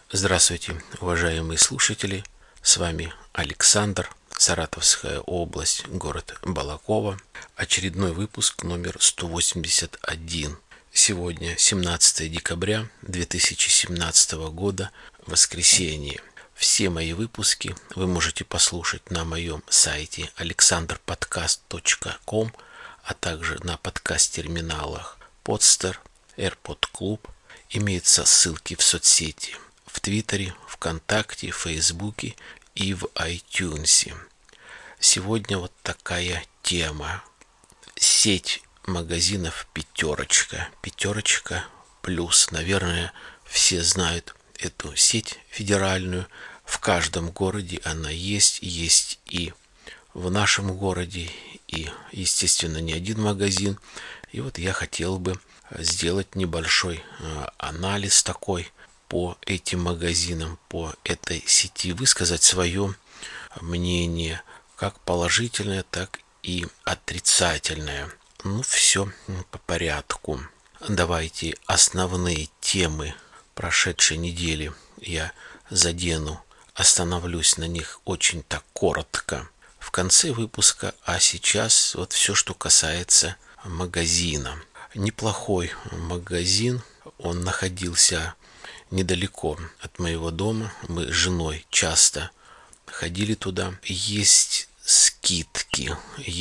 Здравствуйте, уважаемые слушатели! С вами Александр, Саратовская область, город Балаково. Очередной выпуск номер 181. Сегодня 17 декабря 2017 года, воскресенье. Все мои выпуски вы можете послушать на моем сайте alexanderpodcast.com, а также на подкаст-терминалах Podster, AirPod Club. Имеются ссылки в соцсети в Твиттере, ВКонтакте, Фейсбуке и в iTunes. Сегодня вот такая тема. Сеть магазинов «Пятерочка». «Пятерочка плюс». Наверное, все знают эту сеть федеральную. В каждом городе она есть и в нашем городе, и, естественно, не один магазин. И вот я хотел бы сделать небольшой анализ такой по этим магазинам, по этой сети, высказать свое мнение, как положительное, так и отрицательное. Все по порядку. Давайте основные темы прошедшей недели я задену, остановлюсь на них очень так коротко в конце выпуска, а сейчас вот все, что касается магазина. Неплохой магазин, он находился недалеко от моего дома. Мы с женой часто ходили туда. Есть скидки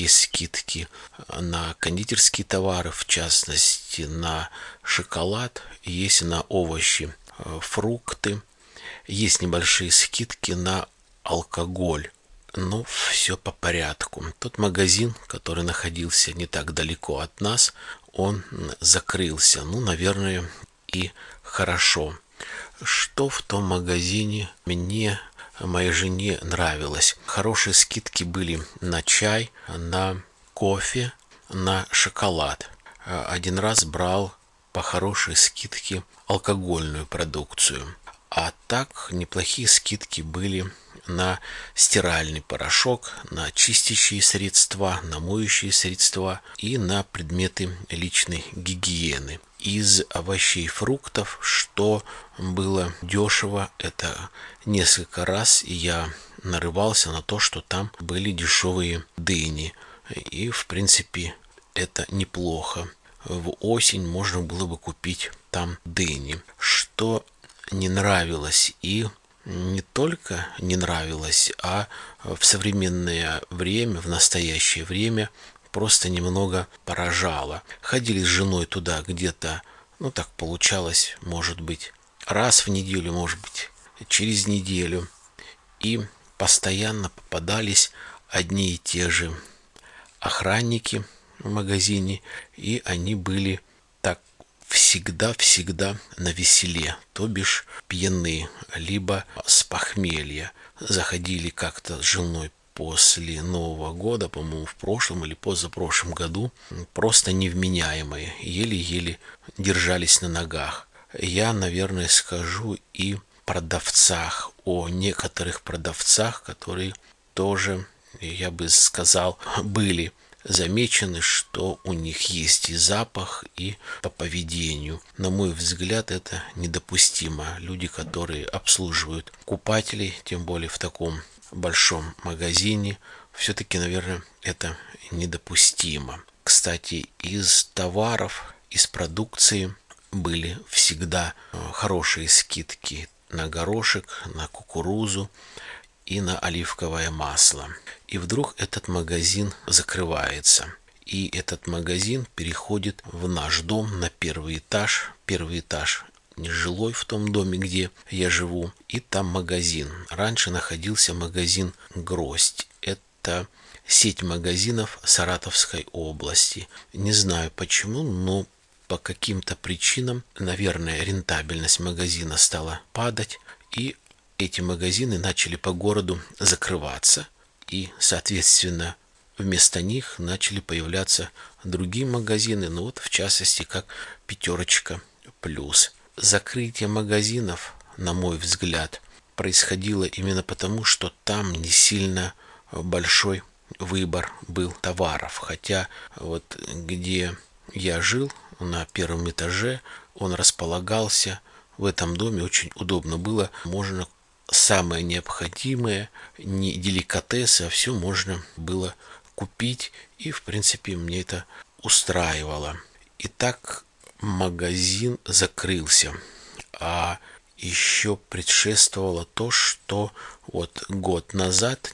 на кондитерские товары, в частности на шоколад, есть на овощи, фрукты, есть небольшие скидки на алкоголь. Но все по порядку. Тот магазин, который находился не так далеко от нас, он закрылся. Наверное, и хорошо. Что в том магазине мне, моей жене нравилось? Хорошие скидки были на чай, на кофе, на шоколад. Один раз брал по хорошей скидке алкогольную продукцию. А так неплохие скидки были на стиральный порошок, на чистящие средства, на моющие средства и на предметы личной гигиены. Из овощей и фруктов, что было дешево, это несколько раз я нарывался на то, что там были дешевые дыни. И, в принципе, это неплохо. В осень можно было бы купить там дыни. Что не нравилось и не только не нравилось, а в современное время, в настоящее время просто немного поражало. Ходили с женой туда где-то, так получалось, может быть, раз в неделю, может быть, через неделю. И постоянно попадались одни и те же охранники в магазине, и они были так всегда навеселе, то бишь пьяны, либо с похмелья. Заходили как-то с женой после Нового года, по-моему, в прошлом или позапрошлом году, просто невменяемые, еле-еле держались на ногах. Я, наверное, скажу и продавцах, о некоторых продавцах, которые тоже, я бы сказал, были замечены, что у них есть и запах, и по поведению. На мой взгляд, это недопустимо. Люди, которые обслуживают покупателей, тем более в таком большом магазине, все-таки, наверное, это недопустимо. Кстати, из товаров, из продукции были всегда хорошие скидки на горошек, на кукурузу и на оливковое масло. И вдруг этот магазин закрывается. И этот магазин переходит в наш дом на первый этаж. Первый этаж нежилой в том доме, где я живу. И там магазин. Раньше находился магазин «Гроздь». Это сеть магазинов Саратовской области. Не знаю почему, но по каким-то причинам, наверное, рентабельность магазина стала падать. И эти магазины начали по городу закрываться. И, соответственно, вместо них начали появляться другие магазины, в частности, как «Пятерочка плюс». Закрытие магазинов, на мой взгляд, происходило именно потому, что там не сильно большой выбор был товаров. Хотя где я жил, на первом этаже, он располагался в этом доме очень удобно было. Можно самое необходимое, не деликатесы, а все можно было купить. И, в принципе, мне это устраивало. Итак, магазин закрылся. А еще предшествовало то, что вот год назад,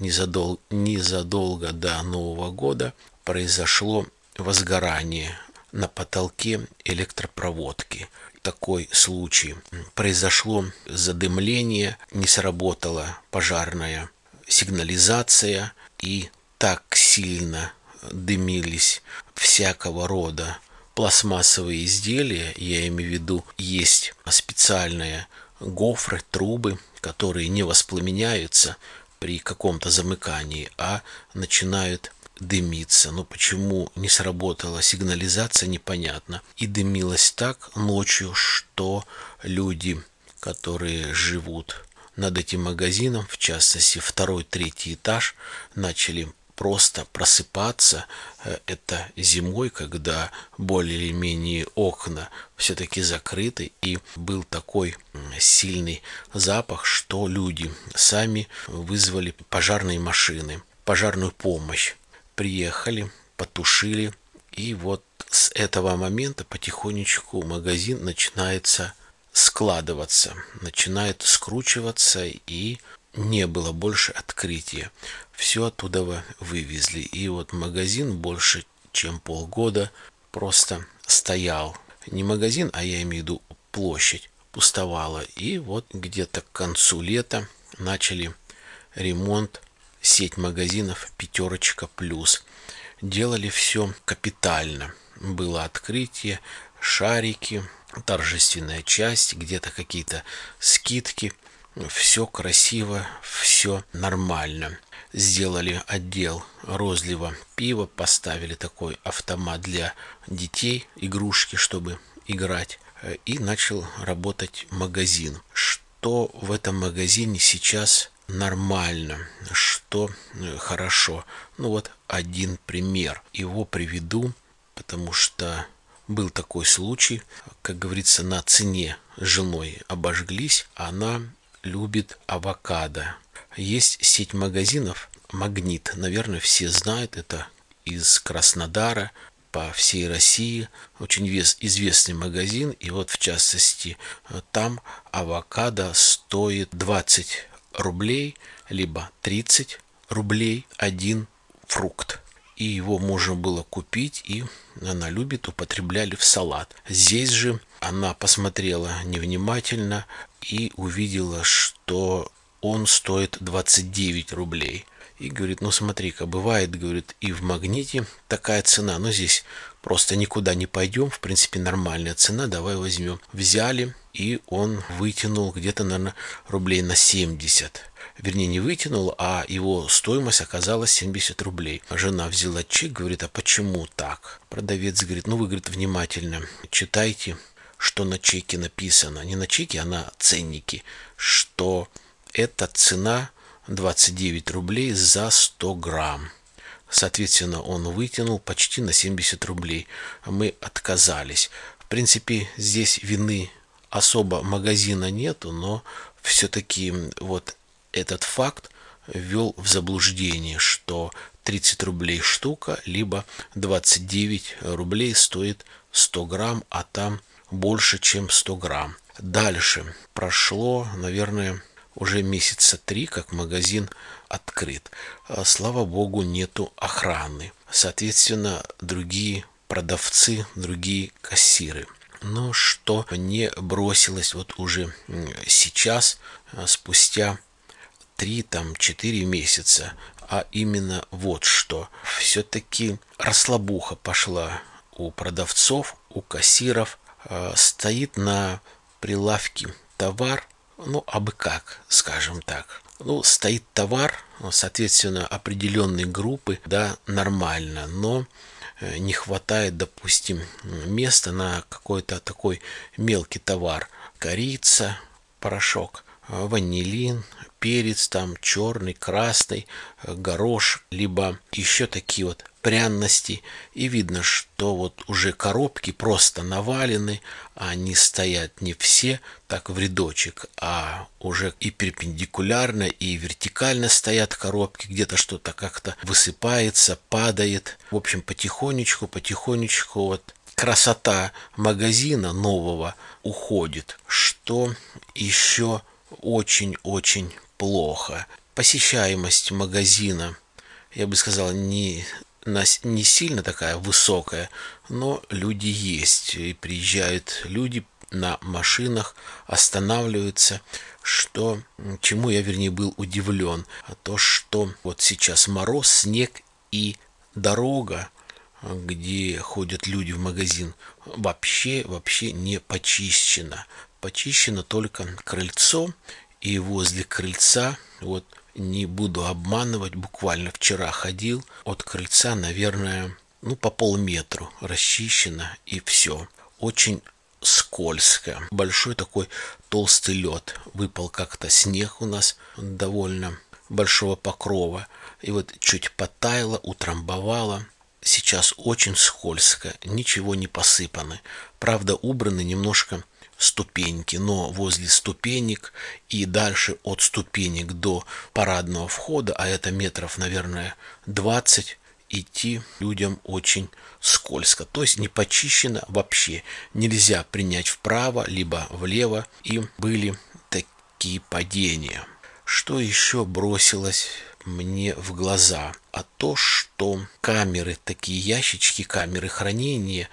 незадолго до Нового года, произошло возгорание на потолке электропроводки. Такой случай. Произошло задымление, не сработала пожарная сигнализация, и так сильно дымились всякого рода пластмассовые изделия, я имею в виду, есть специальные гофры, трубы, которые не воспламеняются при каком-то замыкании, а начинают дымиться. Но почему не сработала сигнализация, непонятно. И дымилось так ночью, что люди, которые живут над этим магазином, в частности, второй, третий этаж, начали просто просыпаться. Это зимой, когда более или менее окна все-таки закрыты, и был такой сильный запах, что люди сами вызвали пожарные машины, пожарную помощь. Приехали, потушили, и вот с этого момента потихонечку магазин начинается складываться, начинает скручиваться, и не было больше открытия. Все оттуда вывезли. И вот магазин больше чем полгода просто стоял. Не магазин, а я имею в виду площадь пустовала. И вот где-то к концу лета начали ремонт, сеть магазинов «Пятерочка плюс». Делали все капитально. Было открытие, шарики, торжественная часть, где-то какие-то скидки. Все красиво, все нормально. Сделали отдел розлива пива, поставили такой автомат для детей, игрушки, чтобы играть. И начал работать магазин. Что в этом магазине сейчас нормально, что хорошо? Ну вот один пример. Его приведу, потому что был такой случай, как говорится, на цене с женой обожглись. Она любит авокадо. Есть сеть магазинов «Магнит». Наверное, все знают. Это из Краснодара по всей России. Очень известный магазин. И вот, в частности, там авокадо стоит 20 рублей, либо 30 рублей один фрукт. И его можно было купить, и она любит, употребляли в салат. Здесь же она посмотрела невнимательно и увидела, что он стоит 29 рублей. И говорит, ну смотри-ка, бывает, говорит, и в «Магните» такая цена, но здесь просто никуда не пойдем, в принципе нормальная цена, давай возьмем. Взяли, и он вытянул где-то, наверное, рублей на 70. Вернее, не вытянул, а его стоимость оказалась 70 рублей. Жена взяла чек, говорит, а почему так? Продавец говорит, ну вы, говорит, внимательно читайте, что на чеке написано. Не на чеке, а на ценнике, что эта цена 29 рублей за 100 грамм. Соответственно, он вытянул почти на 70 рублей. Мы отказались. В принципе, здесь вины особо магазина нету, но все-таки вот этот факт ввел в заблуждение, что 30 рублей штука, либо 29 рублей стоит 100 грамм, а там больше, чем 100 грамм. Дальше прошло, наверное, уже месяца 3, как магазин открыт. Слава богу, нету охраны. Соответственно, другие продавцы, другие кассиры. Но что не бросилось вот уже сейчас, спустя 3-4 месяца, а именно вот что. Все-таки расслабуха пошла у продавцов, у кассиров. Стоит на прилавке товар, ну, абы как, скажем так. Ну, стоит товар, соответственно, определенной группы, да, нормально, но не хватает, допустим, места на какой-то такой мелкий товар. Корица, порошок, ванилин, перец там черный, красный, горошек, либо еще такие вот пряности. И видно, что вот уже коробки просто навалены, они стоят не все так в рядочек, а уже и перпендикулярно, и вертикально стоят коробки, где-то что-то как-то высыпается, падает. В общем, потихонечку вот красота магазина нового уходит, что еще очень-очень плохо. Посещаемость магазина, я бы сказал, не сильно такая высокая, но люди есть. И приезжают люди на машинах, останавливаются, чему я, вернее, был удивлен. А то, что вот сейчас мороз, снег и дорога, где ходят люди в магазин, вообще не почищена. Почищено только крыльцо, и возле крыльца, вот не буду обманывать, буквально вчера ходил, от крыльца, наверное, по полметру расчищено, и все. Очень скользко. Большой такой толстый лед. Выпал как-то снег у нас довольно большого покрова. И вот чуть потаяло, утрамбовало. Сейчас очень скользко, ничего не посыпано. Правда, убраны немножко ступеньки, но возле ступенек и дальше от ступенек до парадного входа, а это метров, наверное, 20, идти людям очень скользко. То есть не почищено вообще. Нельзя принять вправо, либо влево. И были такие падения. Что еще бросилось мне в глаза? А то, что камеры, такие ящички, камеры хранения,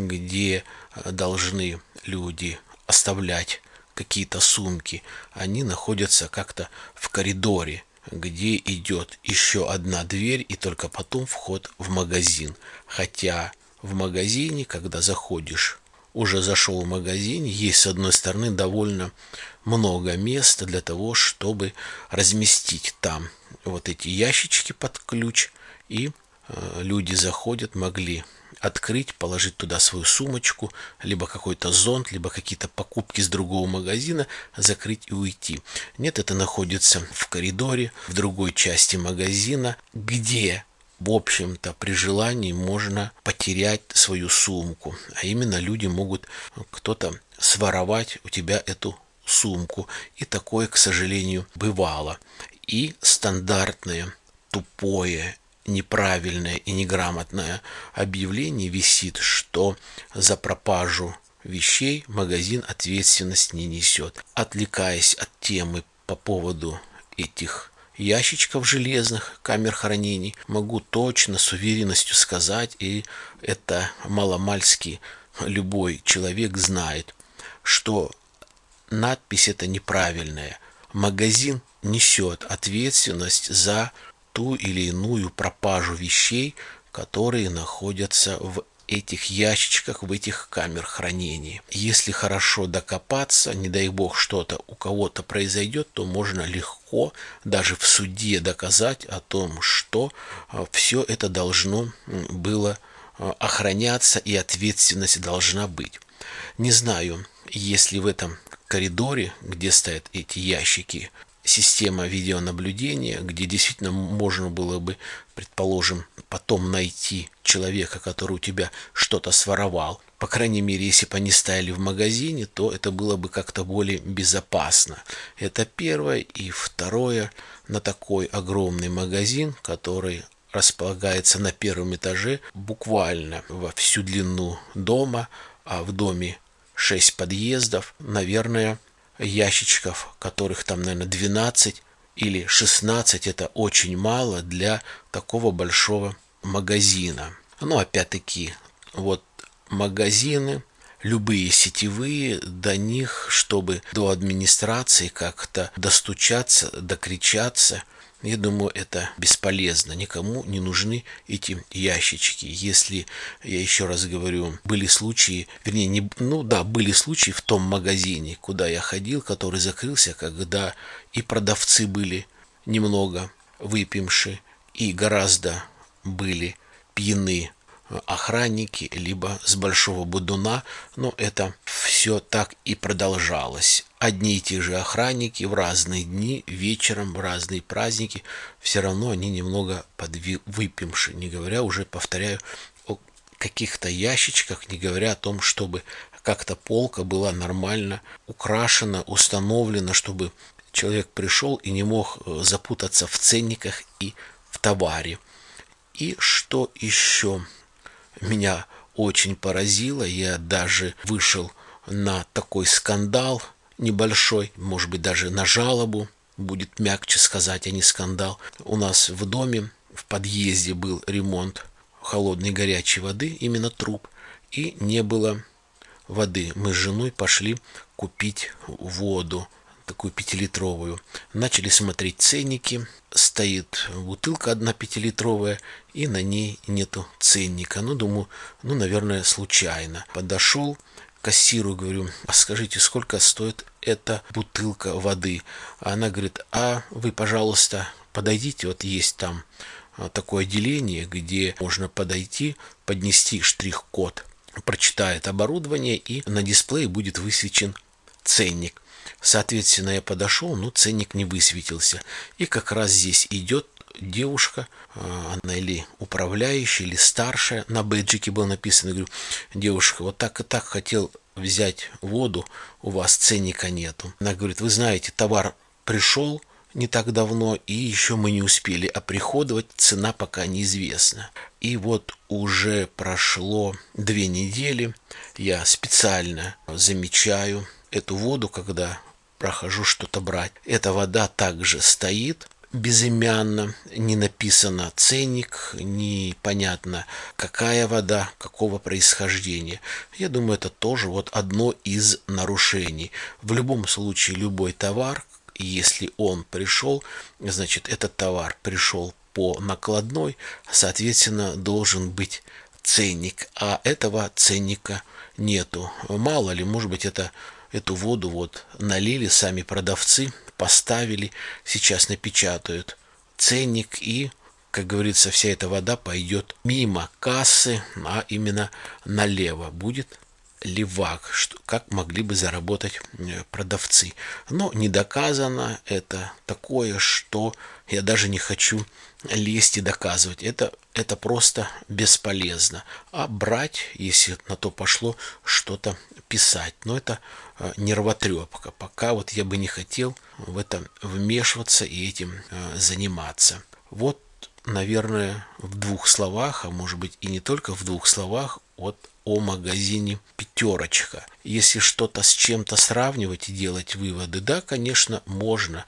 где должны люди оставлять какие-то сумки, они находятся как-то в коридоре, где идет еще одна дверь и только потом вход в магазин. Хотя в магазине, когда заходишь, уже зашел в магазин, есть с одной стороны довольно много места для того, чтобы разместить там вот эти ящички под ключ, и люди заходят, могли открыть, положить туда свою сумочку, либо какой-то зонт, либо какие-то покупки с другого магазина, закрыть и уйти. Нет, это находится в коридоре, в другой части магазина, где, в общем-то, при желании можно потерять свою сумку. А именно люди могут, кто-то своровать у тебя эту сумку. И такое, к сожалению, бывало. И стандартное, тупое, неправильное и неграмотное объявление висит, что за пропажу вещей магазин ответственность не несет. Отвлекаясь от темы по поводу этих ящичков железных, камер хранений, могу точно с уверенностью сказать, и это маломальски любой человек знает, что надпись эта неправильная. Магазин несет ответственность за ту или иную пропажу вещей, которые находятся в этих ящичках, в этих камер хранения. Если хорошо докопаться, не дай бог что-то у кого-то произойдет, то можно легко даже в суде доказать о том, что все это должно было охраняться и ответственность должна быть. Не знаю, если в этом коридоре, где стоят эти ящики, система видеонаблюдения, где действительно можно было бы, предположим, потом найти человека, который у тебя что-то своровал. По крайней мере, если бы они стояли в магазине, то это было бы как-то более безопасно. Это первое. И второе, на такой огромный магазин, который располагается на первом этаже, буквально во всю длину дома, а в доме 6 подъездов, наверное, ящичков, которых там, наверное, 12 или 16, это очень мало для такого большого магазина. Но опять-таки, вот магазины, любые сетевые, до них, чтобы до администрации как-то достучаться, докричаться, я думаю, это бесполезно. Никому не нужны эти ящички. Если, я еще раз говорю, были случаи, вернее, были случаи в том магазине, куда я ходил, который закрылся, когда и продавцы были немного выпившие, и гораздо были пьяны охранники, либо с Большого Будуна, но это все так и продолжалось. Одни и те же охранники в разные дни, вечером, в разные праздники, все равно они немного подвыпившие, не говоря уже, повторяю, о каких-то ящичках, не говоря о том, чтобы как-то полка была нормально украшена, установлена, чтобы человек пришел и не мог запутаться в ценниках и в товаре. И что еще меня очень поразило, я даже вышел на такой скандал небольшой, может быть даже на жалобу, будет мягче сказать, а не скандал. У нас в доме, в подъезде был ремонт холодной горячей воды, именно труб, и не было воды. Мы с женой пошли купить воду, такую 5-литровую. Начали смотреть ценники. Стоит бутылка одна 5-литровая, и на ней нету ценника. Думаю, наверное, случайно. Подошел к кассиру, говорю: а скажите, сколько стоит эта бутылка воды? А она говорит: а вы, пожалуйста, подойдите, вот есть там такое отделение, где можно подойти, поднести штрих-код, прочитает оборудование, и на дисплее будет высвечен ценник. Соответственно, я подошел, но ценник не высветился. И как раз здесь идет девушка, она или управляющая, или старшая, на бэджике было написано. Говорю: девушка, вот так и так хотел взять воду, у вас ценника нету. Она говорит: вы знаете, товар пришел не так давно, и еще мы не успели оприходовать, цена пока неизвестна. И вот уже прошло 2 недели, я специально замечаю эту воду, когда прохожу что-то брать. Эта вода также стоит безымянно, не написано ценник, непонятно какая вода, какого происхождения. Я думаю, это тоже вот одно из нарушений. В любом случае, любой товар, если он пришел, значит, этот товар пришел по накладной, соответственно, должен быть ценник, а этого ценника нету. Мало ли, может быть, эту воду вот налили сами продавцы, поставили, сейчас напечатают ценник, и, как говорится, вся эта вода пойдет мимо кассы, а именно налево будет левак, как могли бы заработать продавцы. Но не доказано, это такое, что я даже не хочу лезть и доказывать. Это просто бесполезно. А брать, если на то пошло, что-то писать. Но это нервотрепка. Пока вот я бы не хотел в это вмешиваться и этим заниматься. Вот, наверное, в 2 словах, а может быть и не только в 2 словах, вот о магазине «Пятерочка». Если что-то с чем-то сравнивать и делать выводы, да, конечно, можно.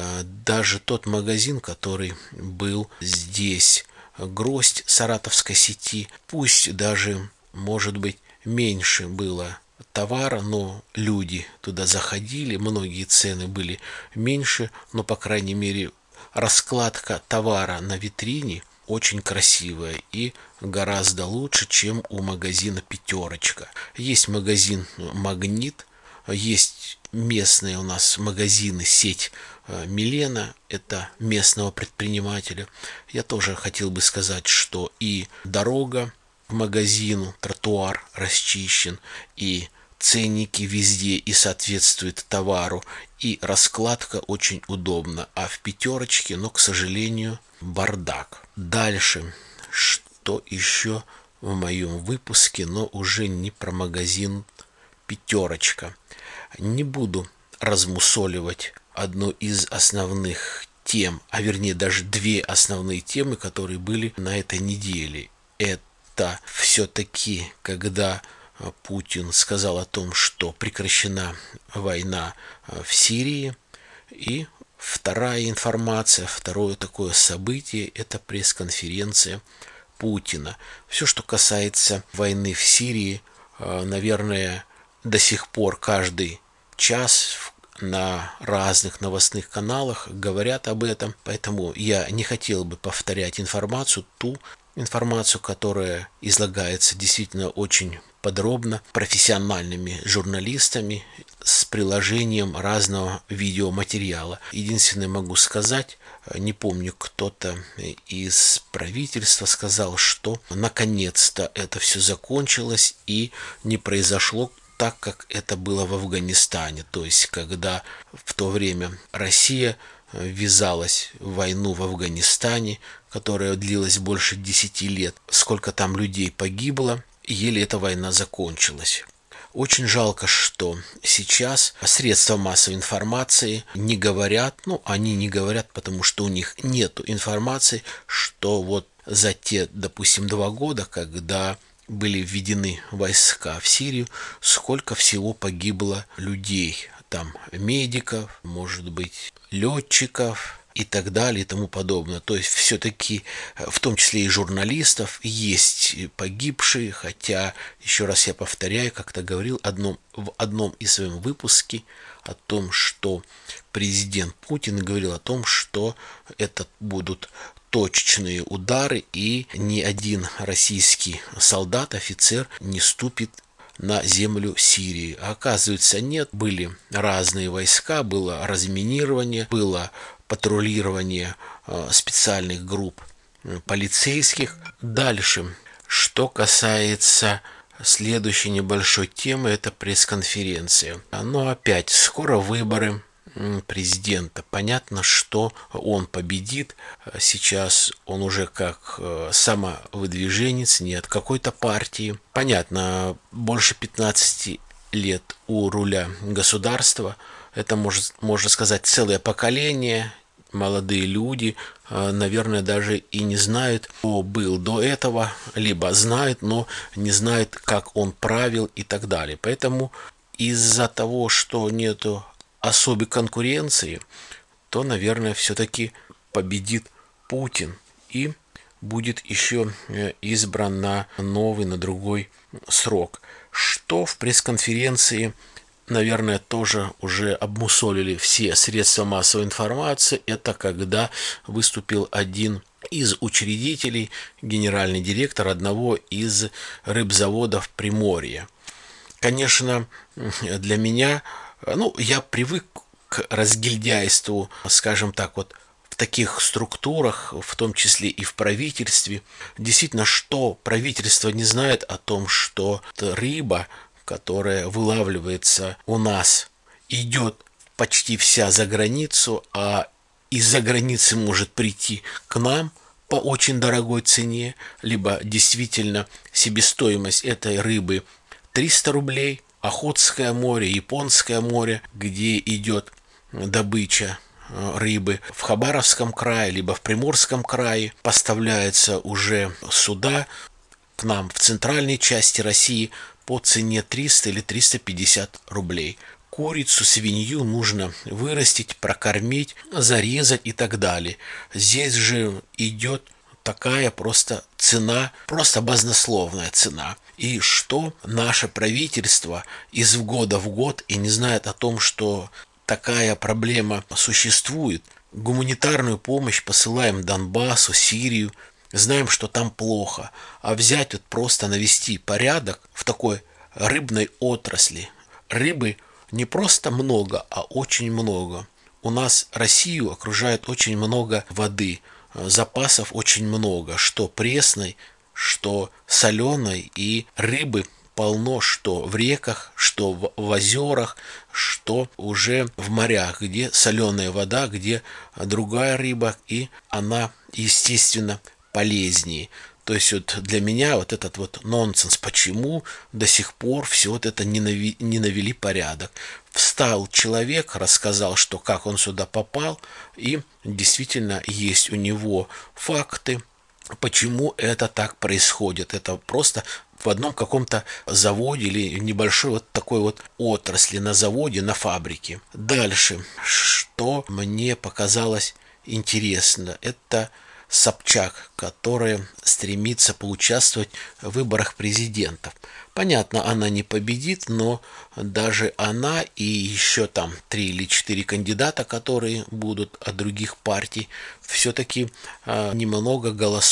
Даже тот магазин, который был здесь, гроздь саратовской сети, пусть даже, может быть, меньше было товара, но люди туда заходили, многие цены были меньше, но, по крайней мере, раскладка товара на витрине очень красивая и гораздо лучше, чем у магазина «Пятерочка». Есть магазин «Магнит», есть местные у нас магазины, сеть Милена, это местного предпринимателя. Я тоже хотел бы сказать, что и дорога к магазину, тротуар расчищен, и ценники везде и соответствуют товару, и раскладка очень удобна. А в «Пятерочке», но, к сожалению, бардак. Дальше, что еще в моем выпуске, но уже не про магазин «Пятерочка». Не буду размусоливать одну из основных тем, а вернее даже 2 основные темы, которые были на этой неделе. Это все-таки, когда Путин сказал о том, что прекращена война в Сирии. И вторая информация, второе такое событие – это пресс-конференция Путина. Все, что касается войны в Сирии, наверное, до сих пор каждый час на разных новостных каналах говорят об этом. Поэтому я не хотел бы повторять ту информацию, которая излагается действительно очень подробно профессиональными журналистами, с приложением разного видеоматериала. Единственное могу сказать, не помню, кто-то из правительства сказал, что наконец-то это все закончилось и не произошло так, как это было в Афганистане. То есть, когда в то время Россия ввязалась в войну в Афганистане, которая длилась больше 10 лет, сколько там людей погибло, еле эта война закончилась. Очень жалко, что сейчас средства массовой информации не говорят, они не говорят, потому что у них нет информации, что вот за те, допустим, 2 года, когда были введены войска в Сирию, сколько всего погибло людей, там медиков, может быть, летчиков и так далее и тому подобное. То есть все-таки, в том числе и журналистов, есть погибшие, хотя, еще раз я повторяю, как-то говорил в одном из своих выпусков о том, что президент Путин говорил о том, что это будут точечные удары, и ни один российский солдат, офицер не ступит на землю Сирии. А оказывается, нет. Были разные войска, было разминирование, было патрулирование специальных групп полицейских. Дальше, что касается следующей небольшой темы, это пресс-конференция. Но опять, скоро выборы президента. Понятно, что он победит. Сейчас он уже как самовыдвиженец, не от какой-то партии. Понятно, больше 15 лет у руля государства. Это, можно сказать, целое поколение. Молодые люди, наверное, даже и не знают, кто был до этого, либо знают, но не знают, как он правил и так далее. Поэтому из-за того, что нету особой конкуренции, то, наверное, все-таки победит Путин и будет еще избран на новый, на другой срок. Что в пресс-конференции, наверное, тоже уже обмусолили все средства массовой информации, это когда выступил один из учредителей, генеральный директор одного из рыбзаводов Приморья. Конечно, для меня, я привык к разгильдяйству, скажем так, вот в таких структурах, в том числе и в правительстве. Действительно, что правительство не знает о том, что рыба, которая вылавливается у нас, идет почти вся за границу, а из-за границы может прийти к нам по очень дорогой цене, либо действительно себестоимость этой рыбы 300 рублей, Охотское море, Японское море, где идет добыча рыбы в Хабаровском крае, либо в Приморском крае, поставляются уже суда к нам в центральной части России по цене 300 или 350 рублей. Курицу, свинью нужно вырастить, прокормить, зарезать и так далее. Здесь же идет такая просто цена, просто баснословная цена. И что наше правительство из года в год и не знает о том, что такая проблема существует. Гуманитарную помощь посылаем Донбассу, Сирию. Знаем, что там плохо. А взять просто навести порядок в такой рыбной отрасли. Рыбы не просто много, а очень много. У нас Россию окружает очень много воды. Запасов очень много. Что пресной, что соленой. И рыбы полно, что в реках, что в озерах, что уже в морях, где соленая вода, где другая рыба, и она, естественно, полезнее. То есть вот для меня вот этот вот нонсенс, почему до сих пор все вот это не навели порядок. Встал человек, рассказал, что как он сюда попал, и действительно есть у него факты, почему это так происходит. Это просто в одном каком-то заводе или небольшой вот такой вот отрасли на заводе, на фабрике. Дальше, что мне показалось интересно, это Собчак, которая стремится поучаствовать в выборах президентов. Понятно, она не победит, но даже она и еще там 3 или 4 кандидата, которые будут от других партий, все-таки немного голосов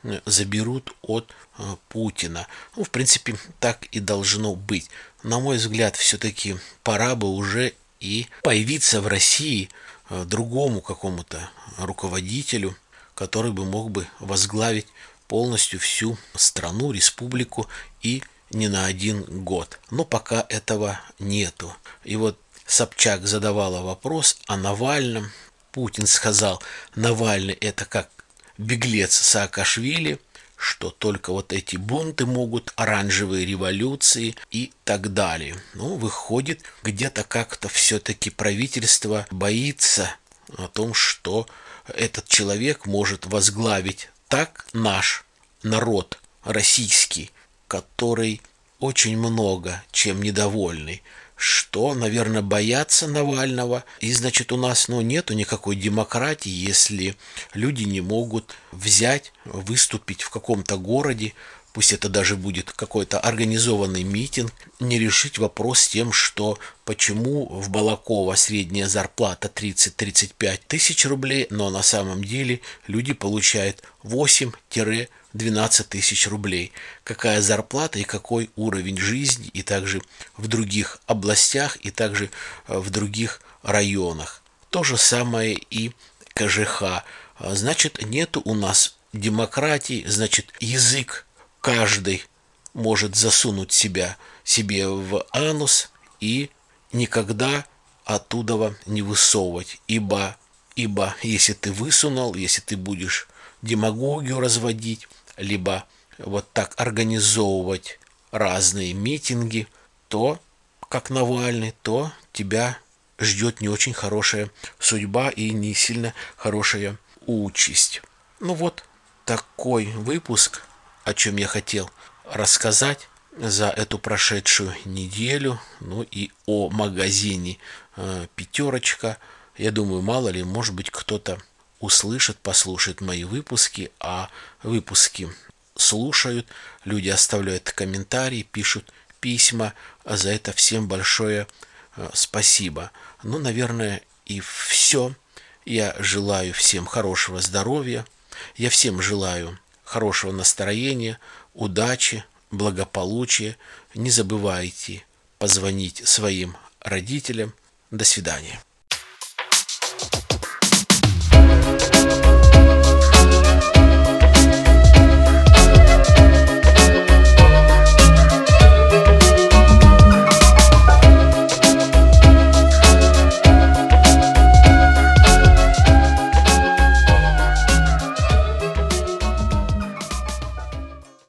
заберут от Путина. Ну, в принципе, так и должно быть. На мой взгляд, все-таки пора бы уже и появиться в России другому какому-то руководителю, который бы мог бы возглавить полностью всю страну, республику и не на один год. Но пока этого нету. И вот Собчак задавала вопрос о Навальном. Путин сказал, Навальный это как беглец Саакашвили, что только вот эти бунты могут, оранжевые революции и так далее. Ну, выходит, где-то как-то все-таки правительство боится о том, что этот человек может возглавить так наш народ российский, который очень много чем недовольный, что, наверное, боятся Навального. И, значит, у нас, нету никакой демократии, если люди не могут взять, выступить в каком-то городе, пусть это даже будет какой-то организованный митинг, не решить вопрос с тем, что почему в Балаково средняя зарплата 30-35 тысяч рублей, но на самом деле люди получают 8-12 тысяч рублей. Какая зарплата и какой уровень жизни, и также в других областях, и также в других районах. То же самое и КЖХ. Значит, нету у нас демократии, значит, язык каждый может засунуть себе в анус и никогда оттуда не высовывать. Ибо если ты высунул, если ты будешь демагогию разводить, либо вот так организовывать разные митинги, то, как Навальный, то тебя ждет не очень хорошая судьба и не сильно хорошая участь. Ну вот такой выпуск, о чем я хотел рассказать за эту прошедшую неделю. Ну и о магазине «Пятерочка». Я думаю, мало ли, может быть, кто-то услышит, послушает мои выпуски, а выпуски слушают, люди оставляют комментарии, пишут письма, а за это всем большое спасибо. Ну, наверное, и все. Я желаю всем хорошего здоровья, я всем желаю хорошего настроения, удачи, благополучия. Не забывайте позвонить своим родителям. До свидания.